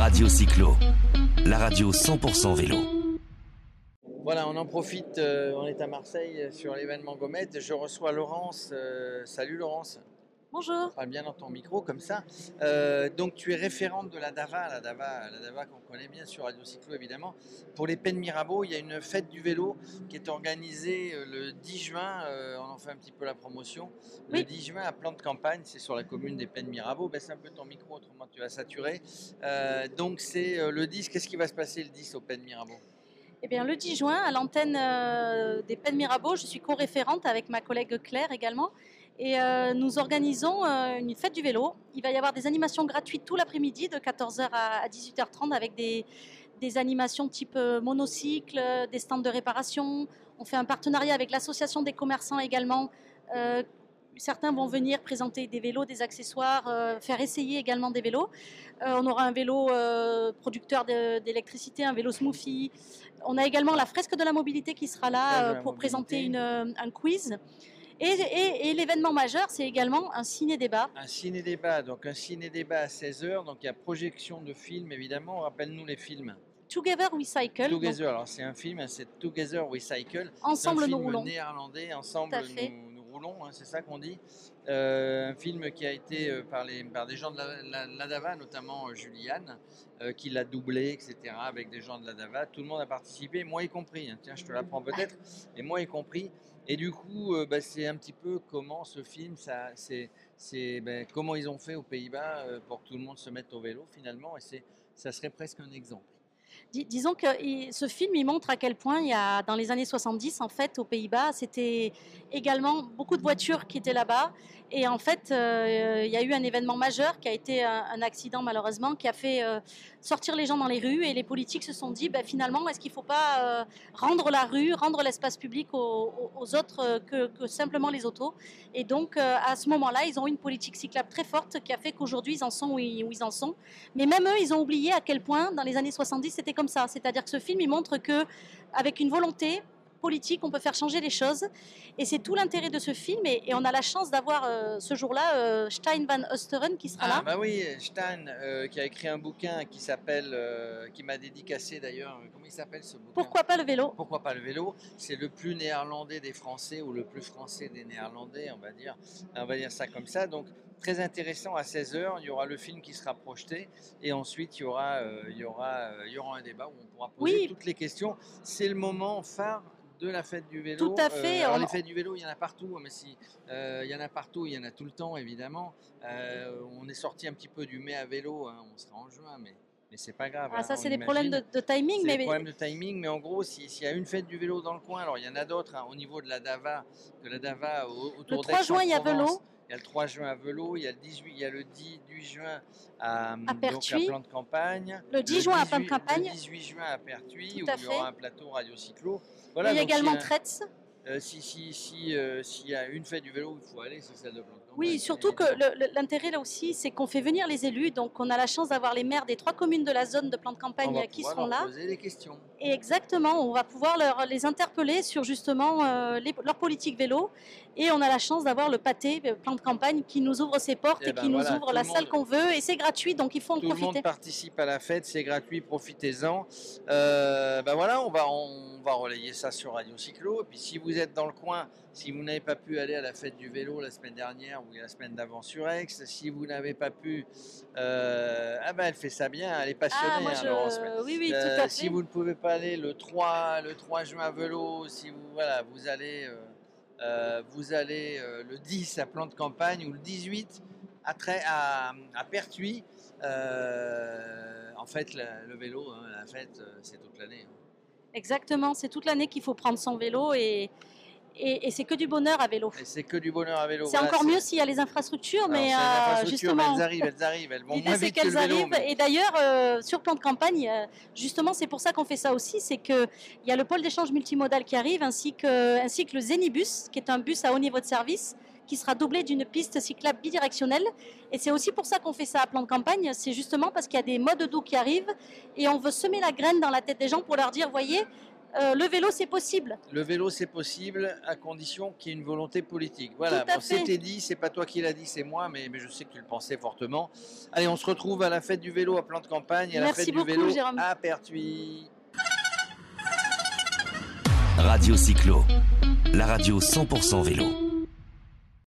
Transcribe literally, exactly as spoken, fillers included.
Radio Cyclo, la radio cent pour cent vélo. Voilà, on en profite, euh, on est à Marseille sur l'événement Gomet. Je reçois Laurence. Euh, salut Laurence. Bonjour. Parle bien dans ton micro comme ça. Euh, donc tu es référente de la DAVA, la DAVA, la DAVA qu'on connaît bien sur Radio Cyclo évidemment. Pour les Pennes Mirabeau, il y a une fête du vélo qui est organisée le dix juin. Euh, on en fait un petit peu la promotion. Le oui. dix juin à Plan de Campagne, c'est sur la commune des Pennes Mirabeau. Baisse un peu ton micro, autrement tu vas saturer. Euh, donc c'est euh, le dix. Qu'est-ce qui va se passer le dix aux Pennes Mirabeau? Eh bien, le dix juin, à l'antenne euh, des Pennes Mirabeau, je suis co-référente avec ma collègue Claire également. Et euh, nous organisons euh, une fête du vélo. Il va y avoir des animations gratuites tout l'après-midi de quatorze heures à dix-huit heures trente avec des, des animations type monocycle, des stands de réparation. On fait un partenariat avec l'association des commerçants également. Euh, certains vont venir présenter des vélos, des accessoires, euh, faire essayer également des vélos. Euh, on aura un vélo euh, producteur d'électricité, un vélo smoothie. On a également la fresque de la mobilité qui sera là euh, pour mobilité. présenter une, un quiz. Et, et, et l'événement majeur, c'est également un ciné-débat. Un ciné-débat, donc un ciné-débat à seize heures, donc il y a projection de films évidemment. Rappelle-nous les films. Together We Cycle. Together, donc, alors c'est un film, c'est Together We Cycle. Ensemble un nous roulons. Néerlandais, ensemble nous, nous roulons, hein, c'est ça qu'on dit. Euh, un film qui a été euh, par, les, par des gens de la, la, la DAVA, notamment euh, Juliane, euh, qui l'a doublé, et cetera, avec des gens de la DAVA. Tout le monde a participé, moi y compris. Hein. Tiens, je te l'apprends peut-être, et moi y compris. Et du coup, euh, bah, c'est un petit peu comment ce film, ça, c'est, c'est, bah, comment ils ont fait aux Pays-Bas euh, pour que tout le monde se mette au vélo finalement, et c'est, ça serait presque un exemple. Dis, disons que il, ce film, il montre à quel point, il y a, dans les années soixante-dix, en fait, aux Pays-Bas, c'était également beaucoup de voitures qui étaient là-bas. Et en fait, euh, il y a eu un événement majeur qui a été un, un accident, malheureusement, qui a fait euh, sortir les gens dans les rues. Et les politiques se sont dit, ben, finalement, est-ce qu'il ne faut pas euh, rendre la rue, rendre l'espace public aux, aux autres euh, que, que simplement les autos. Et donc, euh, à ce moment-là, ils ont eu une politique cyclable très forte qui a fait qu'aujourd'hui, ils en sont où ils, où ils en sont. Mais même eux, ils ont oublié à quel point, dans les années soixante-dix, c'était comme ça. C'est-à-dire que ce film, il montre qu'avec une volonté politique, on peut faire changer les choses. Et c'est tout l'intérêt de ce film. Et, et on a la chance d'avoir euh, ce jour-là euh, Stein van Oesteren qui sera ah, là. Bah oui, Stein euh, qui a écrit un bouquin qui s'appelle, euh, qui m'a dédicacé d'ailleurs. Comment il s'appelle ce bouquin? Pourquoi pas le vélo? Pourquoi pas le vélo? C'est le plus néerlandais des Français ou le plus français des Néerlandais, on va dire. On va dire ça comme ça. Donc très intéressant à seize heures. Il y aura le film qui sera projeté et ensuite il y aura, euh, il y aura, euh, il y aura un débat où on pourra poser oui. toutes les questions. C'est le moment phare de la fête du vélo. Tout à fait. Euh, alors les fêtes du vélo, il y en a partout, mais si euh, il y en a partout, il y en a tout le temps évidemment. Euh, on est sorti un petit peu du mai à vélo, hein, on sera en juin, mais mais c'est pas grave. Ah, ça hein, c'est des problèmes de, de timing. C'est mais des problèmes de timing, mais en gros, s'il si y a une fête du vélo dans le coin, alors il y en a d'autres hein, au niveau de la DAVA, de la DAVA autour le trois juin, il y a Velo. Il y a le trois juin à Velo, il y a le dix-huit, il y a le dix juin à, à Pertuis, donc à Plan de Campagne. Le dix juin à Plan de Campagne. Le dix-huit juin à Pertuis, où à il y aura un plateau Radio Cyclo. Voilà, il y a également si Tretz. Euh, si si si euh, s'il y a une fête du vélo, il faut aller, c'est celle de Plan de Campagne. Oui, surtout que l'intérêt là aussi, c'est qu'on fait venir les élus. Donc on a la chance d'avoir les maires des trois communes de la zone de Plan de Campagne qui seront là. On va poser des questions. Et exactement, on va pouvoir leur, les interpeller sur justement euh, les, leur politique vélo. Et on a la chance d'avoir le pâté Plan de Campagne qui nous ouvre ses portes et, et ben qui voilà, nous ouvre la salle qu'on veut. Et c'est gratuit, donc il faut en tout profiter. Tout le monde participe à la fête, c'est gratuit, profitez-en. Euh, ben voilà, on va, on va relayer ça sur Radio Cyclo. Et puis si vous êtes dans le coin, si vous n'avez pas pu aller à la fête du vélo la semaine dernière ou la semaine d'avant sur Aix, si vous n'avez pas pu, euh, ah ben elle fait ça bien, elle est passionnée, ah, moi hein, je... Laurence. Oui, oui, euh, tout à fait. Si vous ne pouvez pas aller le trois, le trois juin à Velo, si vous, voilà, vous allez, euh, euh, vous allez euh, le dix à Plan de Campagne ou le dix-huit à, Très, à, à Pertuis. Euh, en fait, la, le vélo, hein, la fête, c'est toute l'année. Hein. Exactement, c'est toute l'année qu'il faut prendre son vélo et Et, et c'est que du bonheur à vélo. Et c'est que du bonheur à vélo. C'est voilà, encore mieux s'il y a les infrastructures, alors, mais euh, justement, elles arrivent, elles arrivent, elles vont l'idée moins c'est vite qu'elles que le vélo, arrivent. mais... Et d'ailleurs, euh, sur Plan de Campagne, euh, justement, c'est pour ça qu'on fait ça aussi, c'est que il y a le pôle d'échange multimodal qui arrive, ainsi que ainsi que le Zénibus, qui est un bus à haut niveau de service, qui sera doublé d'une piste cyclable bidirectionnelle. Et c'est aussi pour ça qu'on fait ça à Plan de Campagne. C'est justement parce qu'il y a des modes doux qui arrivent et on veut semer la graine dans la tête des gens pour leur dire, voyez. euh, le vélo c'est possible. Le vélo c'est possible à condition qu'il y ait une volonté politique. Voilà, Tout à bon, fait. c'était dit, c'est pas toi qui l'as dit, c'est moi, mais, mais je sais que tu le pensais fortement. Allez, on se retrouve à la fête du vélo à Plan de Campagne et à Merci la fête beaucoup, du vélo Jérôme. à Pertuis. Radio Cyclo, la radio cent pour cent vélo.